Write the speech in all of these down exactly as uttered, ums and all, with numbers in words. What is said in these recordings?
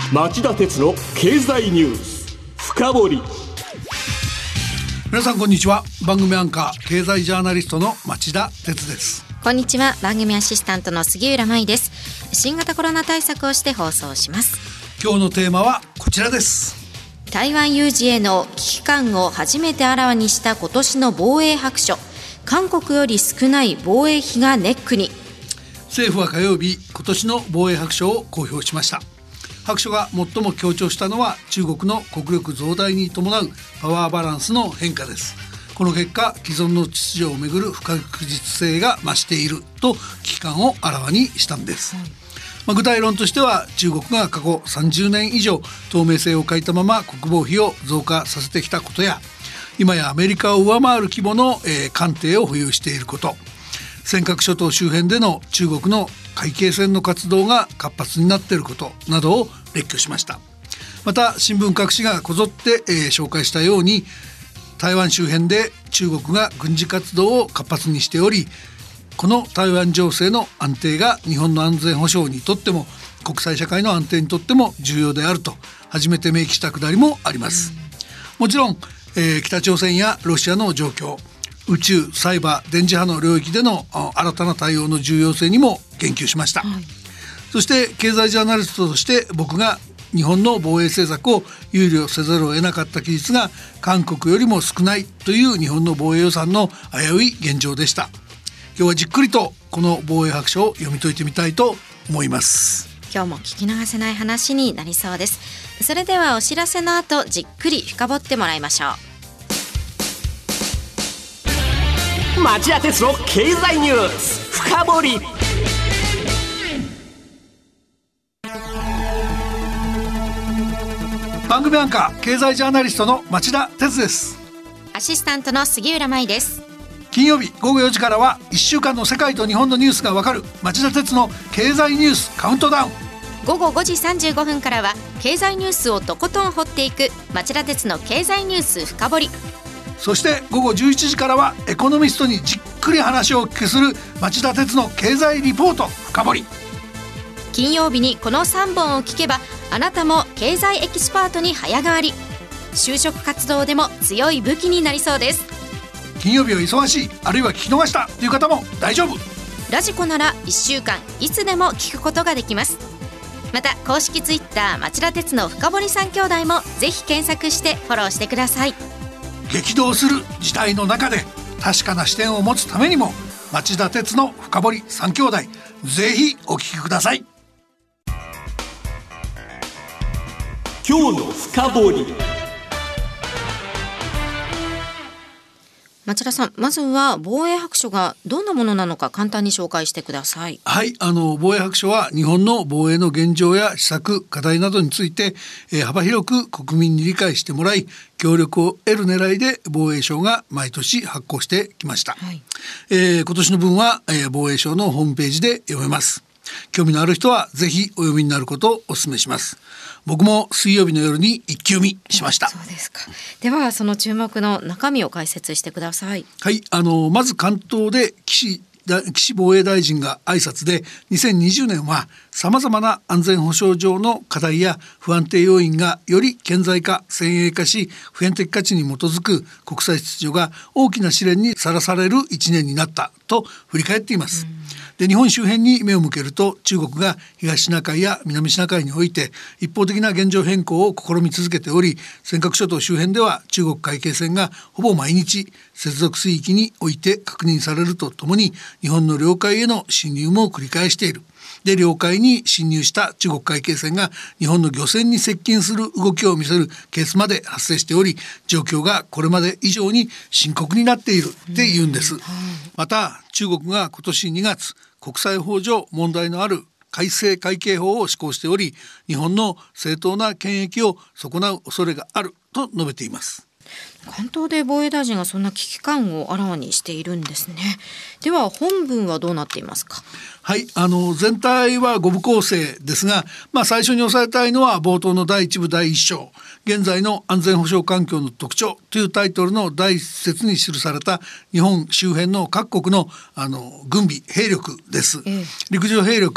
町田鉄の経済ニュース深掘り。 皆さんこんにちは。番組アンカー経済ジャーナリストの町田鉄です。 こんにちは。番組アシスタントの杉浦舞です。新型コロナ対策をして放送します。 今日のテーマはこちらです。 台湾有事への危機感を初めてあらわにした今年の防衛白書。韓国より少ない防衛費がネックに。 政府は火曜日、今年の防衛白書を公表しました。白書が最も強調したのは中国の国力増大に伴うパワーバランスの変化です。この結果、既存の秩序をめぐる不確実性が増していると危機感をあらわにしたんです。まあ、具体論としては、中国が過去さんじゅうねん以上透明性を欠いたまま国防費を増加させてきたことや、今やアメリカを上回る規模の、えー、艦艇を保有していること、尖閣諸島周辺での中国の海警船の活動が活発になっていることなどを列挙しました。また新聞各紙がこぞって、えー、紹介したように、台湾周辺で中国が軍事活動を活発にしており、この台湾情勢の安定が日本の安全保障にとっても国際社会の安定にとっても重要であると初めて明記したくだりもあります。もちろん、えー、北朝鮮やロシアの状況、宇宙、サイバー、電磁波の領域での新たな対応の重要性にも言及しました、はい、そして経済ジャーナリストとして僕が日本の防衛政策を憂慮せざるを得なかった記述が韓国よりも少ないという日本の防衛予算の危うい現状でした。今日はじっくりとこの防衛白書を読み解いてみたいと思います。 今日も聞き流せない話になりそうです。それではお知らせの後、じっくり深掘ってもらいましょう。 町田鉄の経済ニュース深掘り。 番組アンカー経済ジャーナリストの町田鉄です。 アシスタントの杉浦舞です。 金曜日午後よじからはいっしゅうかんの世界と日本のニュースがわかる町田鉄の経済ニュースカウントダウン。 午後ごじさんじゅうごふんからは経済ニュースをとことん掘っていく町田鉄の経済ニュース深掘り。 そして午後じゅういちじからはエコノミストにじっくり話をお聞きする町田鉄の経済リポート深掘り。 金曜日にこのさんぼんを聞けばあなたも経済エキスパートに早変わり。就職活動でも強い武器になりそうです。 金曜日は忙しい、あるいは聞き逃したという方も大丈夫。 ラジコならいっしゅうかんいつでも聞くことができます。また公式ツイッター町田鉄の深堀三兄弟もぜひ検索してフォローしてください。 激動する時代の中で確かな視点を持つためにも町田鉄の深堀三兄弟、ぜひお聞きください。 今日の深掘り。 町田さん、まずは防衛白書がどんなものなのか簡単に紹介してください。 はい、あの防衛白書は日本の防衛の現状や施策、課題などについて、えー、幅広く国民に理解してもらい協力を得る狙いで防衛省が毎年発行してきました、はい。えー、今年の分は、えー、防衛省のホームページで読めます。興味のある人はぜひお読みになることをお勧めします。僕も水曜日の夜に一気読みしました。 そうですか。ではその注目の中身を解説してください。 はい、あのまず関東で岸岸防衛大臣が挨拶で、にせんにじゅうねんはさまざまな安全保障上の課題や不安定要因がより顕在化先鋭化し、普遍的価値に基づく国際秩序が大きな試練にさらされるいちねんになったと振り返っています。で、日本周辺に目を向けると、中国が東シナ海や南シナ海において一方的な現状変更を試み続けており、尖閣諸島周辺では中国海警船がほぼ毎日接続水域において確認されるとともに、日本の領海への侵入も繰り返している。で、領海に侵入した中国海警船が日本の漁船に接近する動きを見せるケースまで発生しており、状況がこれまで以上に深刻になっているって言うんです。また中国が今年にがつ、国際法上問題のある改正海警法を施行しており、日本の正当な権益を損なう恐れがあると述べています。 関東で防衛大臣がそんな危機感をあらわにしているんですね。では本文はどうなっていますか。 はい、あの全体はご部構成ですが、まあ、最初に押さえたいのは冒頭のだいいち部だいいっ章、現在の安全保障環境の特徴というタイトルのだいいっ節に記された日本周辺の各国のあの軍備兵力です、ええ、陸上兵力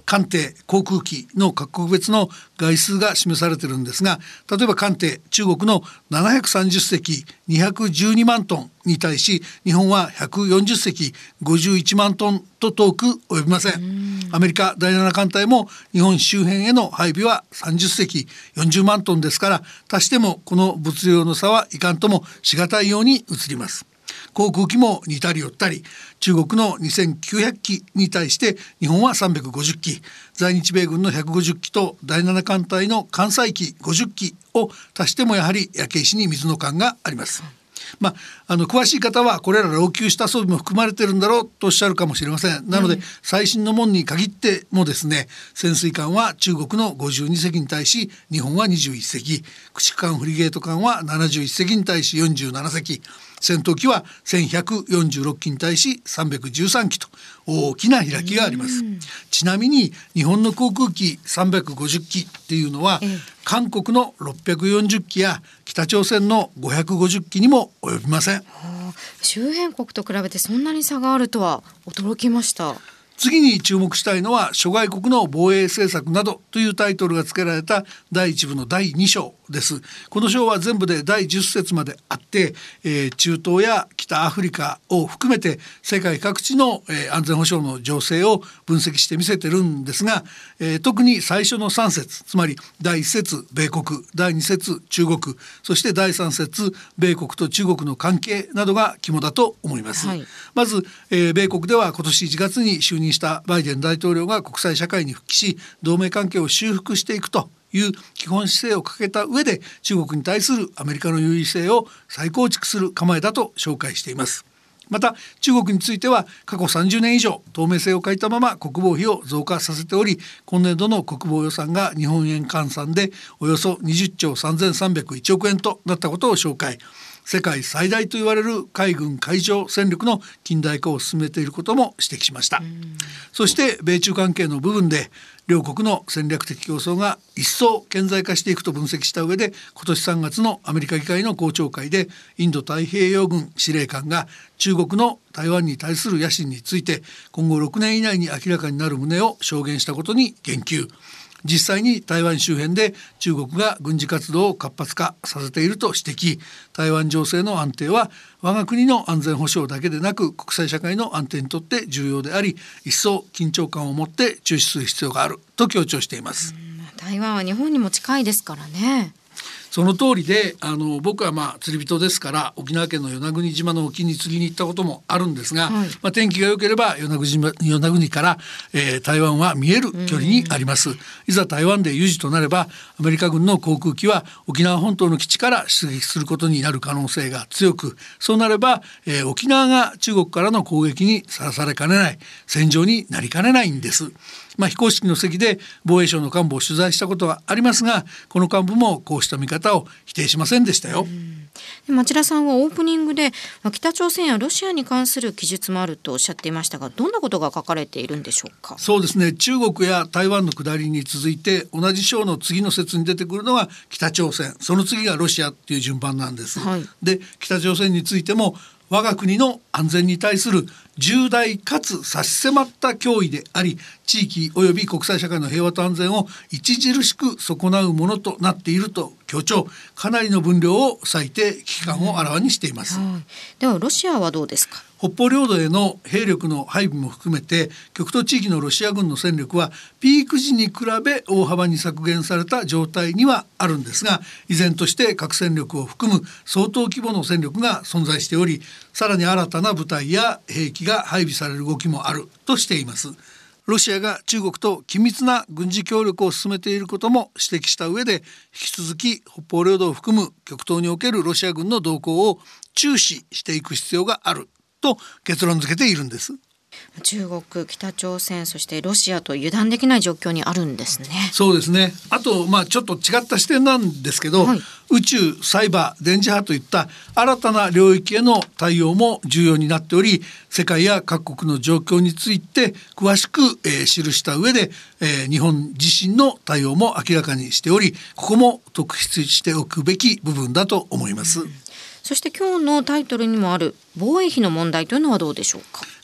艦艇航空機の各国別の概数が示されているんですが、例えば艦艇中国のななひゃくさんじゅっせきにひゃくじゅうにまんトンに対し日本はひゃくよんじゅっせきごじゅういちまんトンと遠く及びません。アメリカだいなな艦隊も日本周辺への配備はさんじゅっせきよんじゅうまんトンですから、足してもこの物量の差はいかんともしがたいように映ります。航空機も似たり寄ったり、中国のにせんきゅうひゃくきに対して日本はさんびゃくごじゅっき、在日米軍のひゃくごじゅっきとだいなな艦隊の艦載機ごじゅっきを足してもやはり焼け石に水の感があります。まあ、あの詳しい方はこれら老朽した装備も含まれているんだろうとおっしゃるかもしれません。なので、うん、最新のものに限ってもですね、潜水艦は中国のごじゅうにせきに対し日本はにじゅういっせき、駆逐艦フリゲート艦はななじゅういっせきに対しよんじゅうななせき、戦闘機はせんひゃくよんじゅうろっきに対しさんびゃくじゅうさんきと大きな開きがあります。ちなみに日本の航空機さんびゃくごじゅっきっていうのは、ええ、韓国のろっぴゃくよんじゅっきや北朝鮮のごひゃくごじゅっきにも及びません。 周辺国と比べてそんなに差があるとは驚きました。 次に注目したいのは諸外国の防衛政策などというタイトルが付けられただいいち部のだいに章です。この章は全部でだいじゅっせつまであって、えー、中東や北アフリカを含めて世界各地の、えー、安全保障の情勢を分析してみせてるんですが、えー、特に最初のさんせつ、つまりだいいっせつ米国、だいにせつ中国、そしてだいさんせつ米国と中国の関係などが肝だと思います。はい、まず、えー、米国では今年いちがつに就任したバイデン大統領が国際社会に復帰し同盟関係を修復していくという基本姿勢を掲げた上で、中国に対するアメリカの優位性を再構築する構えだと紹介しています。また中国については過去さんじゅうねん以上透明性を欠いたまま国防費を増加させており、今年度の国防予算が日本円換算でおよそにじゅっちょうさんぜんさんびゃくいちおくえんとなったことを紹介。世界最大と言われる海軍海上戦力の近代化を進めていることも指摘しました。そして米中関係の部分で両国の戦略的競争が一層顕在化していくと分析した上で、今年さんがつのアメリカ議会の公聴会でインド太平洋軍司令官が中国の台湾に対する野心について今後ろくねん以内に明らかになる旨を証言したことに言及。実際に台湾周辺で中国が軍事活動を活発化させていると指摘。台湾情勢の安定は我が国の安全保障だけでなく国際社会の安定にとって重要であり、一層緊張感を持って注視する必要があると強調しています。 台湾は日本にも近いですからね。 その通りで、あの僕はまあ釣り人ですから沖縄県の与那国島の沖に釣りに行ったこともあるんですが、はい、まあ、天気が良ければ与那国島、与那国から、えー、台湾は見える距離にあります。いざ台湾で有事となればアメリカ軍の航空機は沖縄本島の基地から出撃することになる可能性が強く、そうなれば、えー、沖縄が中国からの攻撃にさらされかねない戦場になりかねないんです。まあ、非公式の席で防衛省の幹部を取材したことはありますが、この幹部もこうした見方を否定しませんでしたよ。 町田さんはオープニングで北朝鮮やロシアに関する記述もあるとおっしゃっていましたが、どんなことが書かれているんでしょうか。 そうですね、中国や台湾の下りに続いて同じ章の次の節に出てくるのが北朝鮮、その次がロシアっていう順番なんです。はい、で北朝鮮についても我が国の安全に対する重大かつ差し迫った脅威であり、地域及び国際社会の平和と安全を著しく損なうものとなっていると強調。かなりの分量を割いて危機感をあらわにしています。 はい、ではロシアはどうですか。 北方領土への兵力の配備も含めて極東地域のロシア軍の戦力はピーク時に比べ大幅に削減された状態にはあるんですが、依然として核戦力を含む相当規模の戦力が存在しており、さらに新たな部隊や兵器が配備される動きもあるとしています。ロシアが中国と緊密な軍事協力を進めていることも指摘した上で、引き続き北方領土を含む極東におけるロシア軍の動向を注視していく必要があると結論付けているんです。 中国、北朝鮮、そしてロシアと油断できない状況にあるんですね。 そうですね。あと、まあ、ちょっと違った視点なんですけど、はい、宇宙、サイバー、電磁波といった新たな領域への対応も重要になっており、世界や各国の状況について詳しく、えー、記した上で、えー、日本自身の対応も明らかにしており、ここも特筆しておくべき部分だと思います。うん、 そして今日のタイトルにもある防衛費の問題というのはどうでしょうか。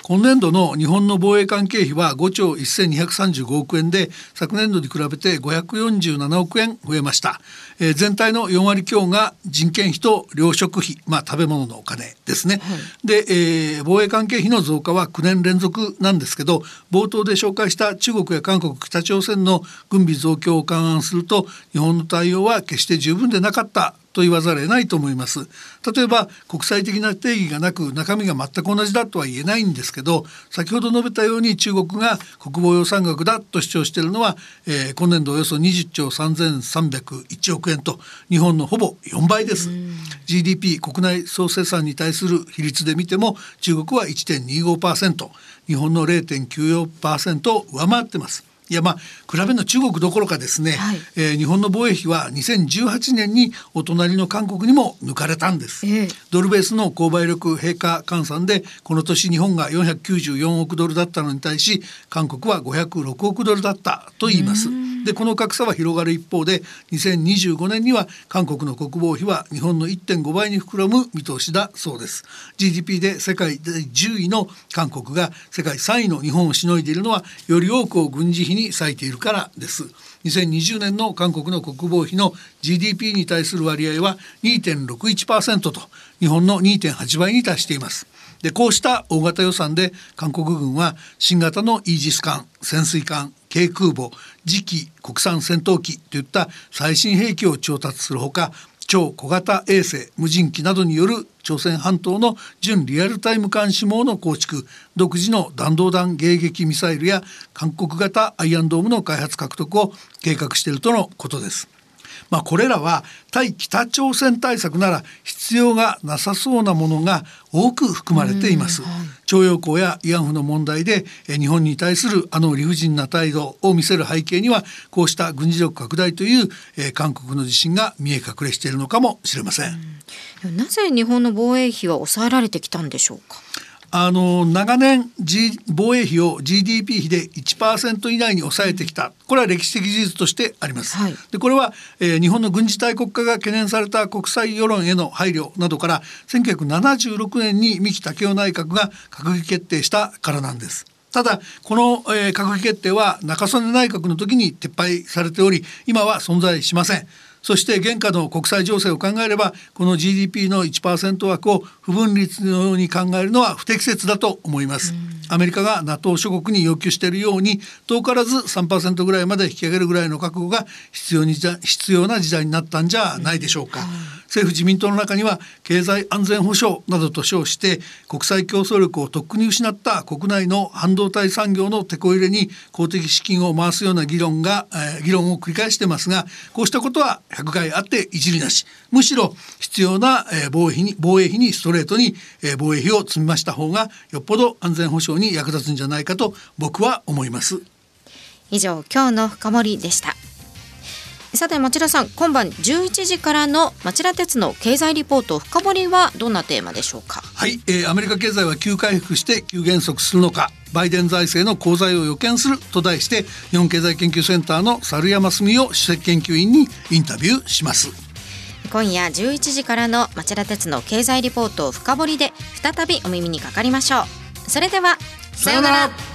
今年度の日本の防衛関係費はごちょうせんにひゃくさんじゅうごおくえんで、昨年度に比べてごひゃくよんじゅうななおくえん増えました。えー、全体のよんわり強が人件費と糧食費、まあ、食べ物のお金ですね、はい、で、えー、防衛関係費の増加はきゅうねん連続なんですけど、冒頭で紹介した中国や韓国、北朝鮮の軍備増強を勘案すると、日本の対応は決して十分でなかったと言わざるを得ないと思います。例えば国際的な定義がなく中身が全く同じだとは言えないんですけど、先ほど述べたように中国が国防予算額だと主張しているのは、えー、今年度およそにじゅっちょうさんぜんさんびゃくいちおくえんと日本のほぼよんばいです。 ジーディーピー 国内総生産に対する比率で見ても中国は いってんにごパーセント、日本の れいてんきゅうよんパーセント を上回ってます。いやまあ比べるの中国どころかですね、はい、えー、日本の防衛費はにせんじゅうはちねんにお隣の韓国にも抜かれたんです、えー、ドルベースの購買力平価換算でこの年日本がよんひゃくきゅうじゅうよんおくドルだったのに対し韓国はごひゃくろくおくドルだったと言います。でこの格差は広がる一方でにせんにじゅうごねんには韓国の国防費は日本の いってんごばいに膨らむ見通しだそうです。 ジーディーピー で世界だいじゅういの韓国が世界さんいの日本をしのいでいるのはより多くを軍事費に割いているからです。にせんにじゅうねんの韓国の国防費の ジーディーピー に対する割合は にてんろくいちパーセント と日本の にてんはちばいに達しています。でこうした大型予算で韓国軍は新型のイージス艦、潜水艦、軽空母、次期国産戦闘機といった最新兵器を調達するほか、超小型衛星、無人機などによる朝鮮半島の準リアルタイム監視網の構築、独自の弾道弾迎撃ミサイルや韓国型アイアンドームの開発獲得を計画しているとのことです。まあ、これらは対北朝鮮対策なら必要がなさそうなものが多く含まれています。徴用工や慰安婦の問題で日本に対するあの理不尽な態度を見せる背景にはこうした軍事力拡大という韓国の自信が見え隠れしているのかもしれません。 なぜ日本の防衛費は抑えられてきたんでしょうか。 あの長年、G、防衛費を ジーディーピー 比で いちパーセント 以内に抑えてきた、これは歴史的事実としてあります、はい、でこれは、えー、日本の軍事大国化が懸念された国際世論への配慮などからせんきゅうひゃくななじゅうろくねんに三木武夫内閣が閣議決定したからなんです。ただこの、えー、閣議決定は中曽根内閣の時に撤廃されており今は存在しません。そして現下の国際情勢を考えればこの ジーディーピー の いちパーセント 枠を不分率のように考えるのは不適切だと思います。アメリカが ナトー 諸国に要求しているように遠からず さんパーセント ぐらいまで引き上げるぐらいの覚悟が必要に必要な時代になったんじゃないでしょうか。政府自民党の中には経済安全保障などと称して国際競争力をとっくに失った国内の半導体産業のテこ入れに公的資金を回すような議論が、えー、議論を繰り返してますがこうしたことは百害あって一理なし、むしろ必要な、えー、防衛費に防衛費にストレートに、えー、防衛費を積み増した方がよっぽど安全保障に役立つんじゃないかと僕は思います。 以上今日の深掘りでした。さて町田さん、今晩じゅういちじからの町田鉄の経済リポート深掘りはどんなテーマでしょうか。 はい、えー、アメリカ経済は急回復して急減速するのか、バイデン財政の功罪を予見すると題して日本経済研究センターの猿山澄夫首席研究員にインタビューします。 今夜じゅういちじからの町田鉄の経済リポート深掘りで再びお耳にかかりましょう。それではさようなら。